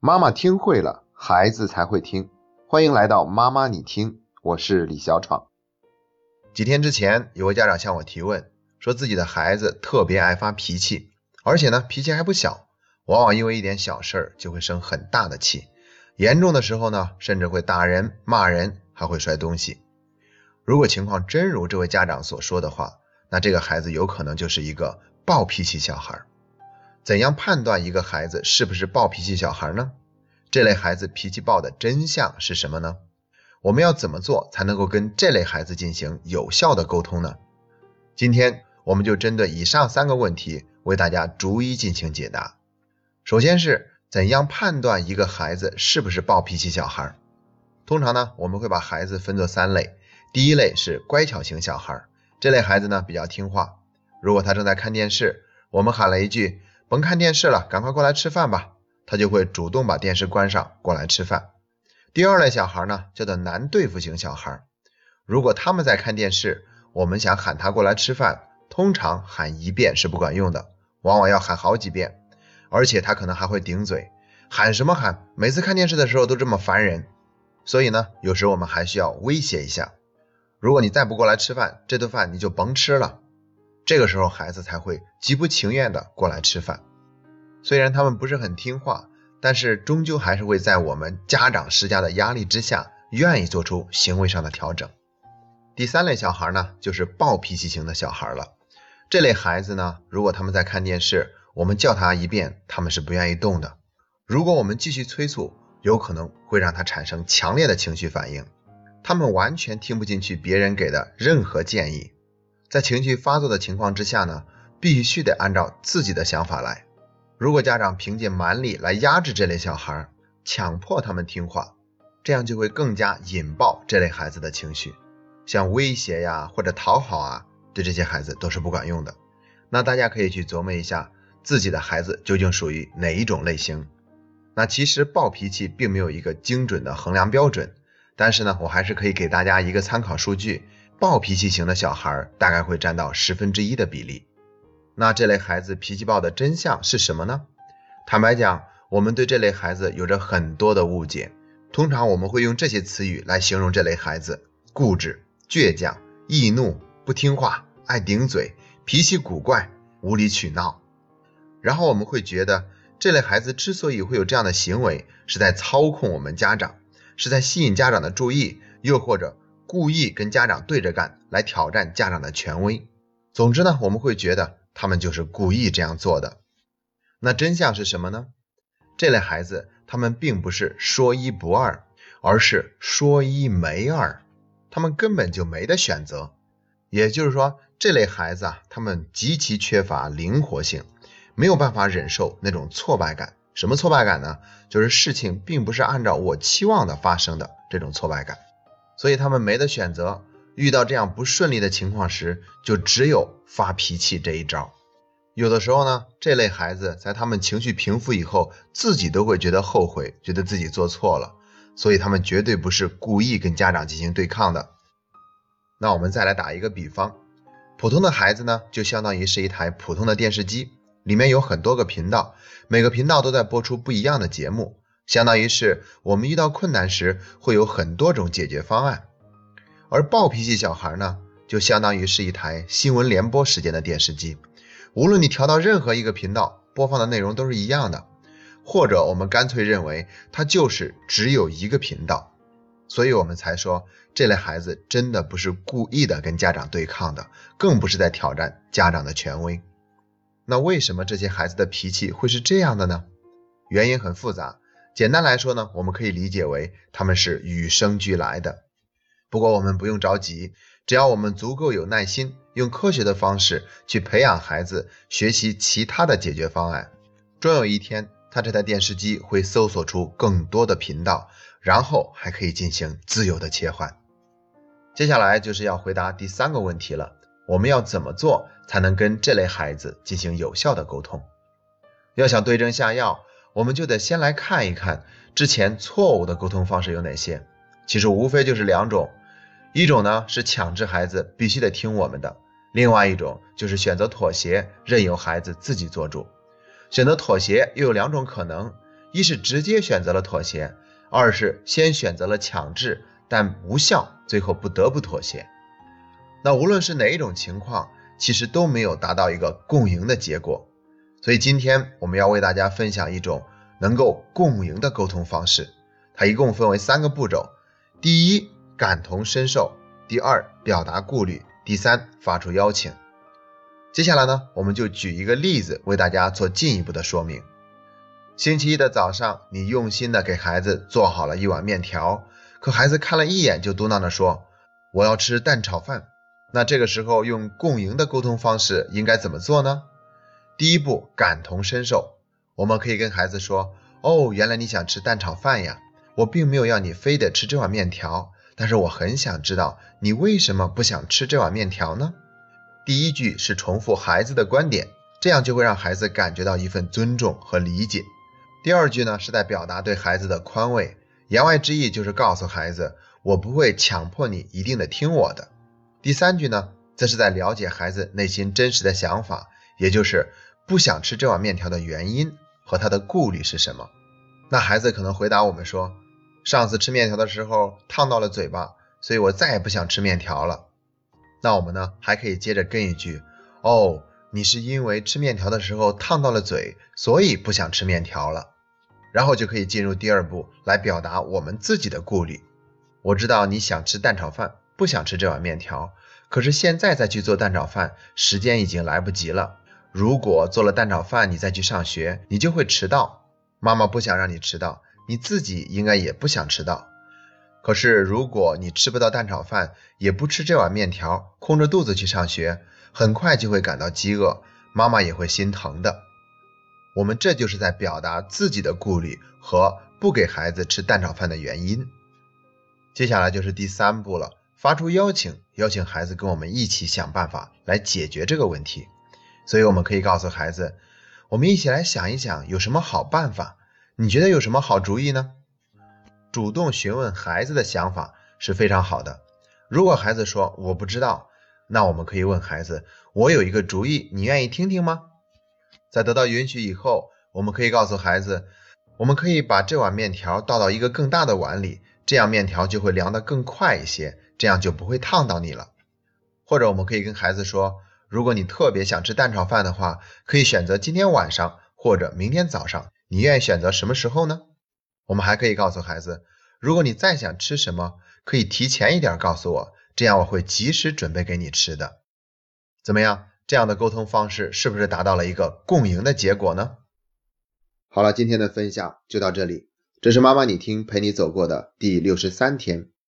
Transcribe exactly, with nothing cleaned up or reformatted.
妈妈听会了，孩子才会听。欢迎来到妈妈你听，我是李小闯。 几天之前，有位家长向我提问，说自己的孩子特别爱发脾气，而且呢脾气还不小，往往因为一点小事就会生很大的气，严重的时候呢，甚至会打人、骂人，还会摔东西。如果情况真如这位家长所说的话，那这个孩子有可能就是一个暴脾气小孩。怎样判断一个孩子是不是暴脾气小孩呢？这类孩子脾气暴的真相是什么呢？我们要怎么做才能够跟这类孩子进行有效的沟通呢？今天我们就针对以上三个问题为大家逐一进行解答。首先是怎样判断一个孩子是不是暴脾气小孩？通常呢，我们会把孩子分作三类。第一类是乖巧型小孩，这类孩子呢比较听话，如果他正在看电视，我们喊了一句甭看电视了，赶快过来吃饭吧，他就会主动把电视关上过来吃饭。第二类小孩呢叫做难对付型小孩，如果他们在看电视，我们想喊他过来吃饭，通常喊一遍是不管用的，往往要喊好几遍，而且他可能还会顶嘴，喊什么喊，每次看电视的时候都这么烦人。所以呢，有时我们还需要威胁一下，如果你再不过来吃饭，这顿饭你就甭吃了，这个时候孩子才会极不情愿的过来吃饭。虽然他们不是很听话，但是终究还是会在我们家长施加的压力之下，愿意做出行为上的调整。第三类小孩呢，就是暴脾气型的小孩了。这类孩子呢，如果他们在看电视，我们叫他一遍，他们是不愿意动的。如果我们继续催促，有可能会让他产生强烈的情绪反应。他们完全听不进去别人给的任何建议，在情绪发作的情况之下呢，必须得按照自己的想法来。如果家长凭借蛮力来压制这类小孩，强迫他们听话，这样就会更加引爆这类孩子的情绪，像威胁呀或者讨好啊，对这些孩子都是不管用的。那大家可以去琢磨一下自己的孩子究竟属于哪一种类型。那其实暴脾气并没有一个精准的衡量标准，但是呢，我还是可以给大家一个参考数据，暴脾气型的小孩大概会占到十分之一的比例。那这类孩子脾气暴的真相是什么呢？坦白讲，我们对这类孩子有着很多的误解，通常我们会用这些词语来形容这类孩子：固执、倔强、易怒、不听话、爱顶嘴、脾气古怪、无理取闹。然后我们会觉得这类孩子之所以会有这样的行为，是在操控我们家长，是在吸引家长的注意，又或者故意跟家长对着干，来挑战家长的权威。总之呢，我们会觉得他们就是故意这样做的。那真相是什么呢？这类孩子他们并不是说一不二，而是说一没二，他们根本就没得选择。也就是说，这类孩子啊，他们极其缺乏灵活性，没有办法忍受那种挫败感。什么挫败感呢？就是事情并不是按照我期望的发生的这种挫败感。所以他们没得选择，遇到这样不顺利的情况时，就只有发脾气这一招。有的时候呢，这类孩子在他们情绪平复以后，自己都会觉得后悔，觉得自己做错了，所以他们绝对不是故意跟家长进行对抗的。那我们再来打一个比方，普通的孩子呢，就相当于是一台普通的电视机，里面有很多个频道，每个频道都在播出不一样的节目，相当于是我们遇到困难时会有很多种解决方案。而暴脾气小孩呢，就相当于是一台新闻联播时间的电视机，无论你调到任何一个频道，播放的内容都是一样的，或者我们干脆认为它就是只有一个频道。所以我们才说这类孩子真的不是故意的跟家长对抗的，更不是在挑战家长的权威。那为什么这些孩子的脾气会是这样的呢？原因很复杂，简单来说呢，我们可以理解为他们是与生俱来的。不过我们不用着急，只要我们足够有耐心，用科学的方式去培养孩子学习其他的解决方案，终有一天他这台电视机会搜索出更多的频道，然后还可以进行自由的切换。接下来就是要回答第三个问题了，我们要怎么做才能跟这类孩子进行有效的沟通？要想对症下药，我们就得先来看一看之前错误的沟通方式有哪些。其实无非就是两种，一种呢是强制孩子必须得听我们的，另外一种就是选择妥协，任由孩子自己做主。选择妥协又有两种可能， 一是直接选择了妥协，二是先选择了强制，但无效，最后不得不妥协。那无论是哪一种情况，其实都没有达到一个共赢的结果。所以今天我们要为大家分享一种能够共赢的沟通方式，它一共分为三个步骤：第一，感同身受；第二，表达顾虑；第三，发出邀请。接下来呢，我们就举一个例子为大家做进一步的说明。星期一的早上，你用心的给孩子做好了一碗面条，可孩子看了一眼就嘟囔着说，我要吃蛋炒饭。那这个时候用共赢的沟通方式应该怎么做呢？第一步，感同身受。我们可以跟孩子说，哦，原来你想吃蛋炒饭呀，我并没有要你非得吃这碗面条，但是我很想知道你为什么不想吃这碗面条呢？第一句是重复孩子的观点，这样就会让孩子感觉到一份尊重和理解。第二句呢，是在表达对孩子的宽慰，言外之意就是告诉孩子，我不会强迫你一定的听我的。第三句呢，则是在了解孩子内心真实的想法，也就是不想吃这碗面条的原因和他的顾虑是什么。那孩子可能回答我们说，上次吃面条的时候烫到了嘴巴，所以我再也不想吃面条了。那我们呢，还可以接着跟一句，哦，你是因为吃面条的时候烫到了嘴，所以不想吃面条了。然后就可以进入第二步，来表达我们自己的顾虑。我知道你想吃蛋炒饭，不想吃这碗面条，可是现在再去做蛋炒饭，时间已经来不及了。如果做了蛋炒饭你再去上学，你就会迟到。妈妈不想让你迟到，你自己应该也不想迟到。可是如果你吃不到蛋炒饭，也不吃这碗面条，空着肚子去上学，很快就会感到饥饿，妈妈也会心疼的。我们这就是在表达自己的顾虑和不给孩子吃蛋炒饭的原因。接下来就是第三步了，发出邀请，邀请孩子跟我们一起想办法来解决这个问题。所以我们可以告诉孩子，我们一起来想一想有什么好办法，你觉得有什么好主意呢？主动询问孩子的想法是非常好的。如果孩子说我不知道，那我们可以问孩子，我有一个主意，你愿意听听吗？在得到允许以后，我们可以告诉孩子，我们可以把这碗面条倒到一个更大的碗里，这样面条就会凉得更快一些，这样就不会烫到你了。或者我们可以跟孩子说，如果你特别想吃蛋炒饭的话，可以选择今天晚上或者明天早上，你愿意选择什么时候呢？我们还可以告诉孩子，如果你再想吃什么，可以提前一点告诉我，这样我会及时准备给你吃的。怎么样？这样的沟通方式是不是达到了一个共赢的结果呢？ 好了，今天的分享就到这里，这是妈妈你听陪你走过的第六十三天。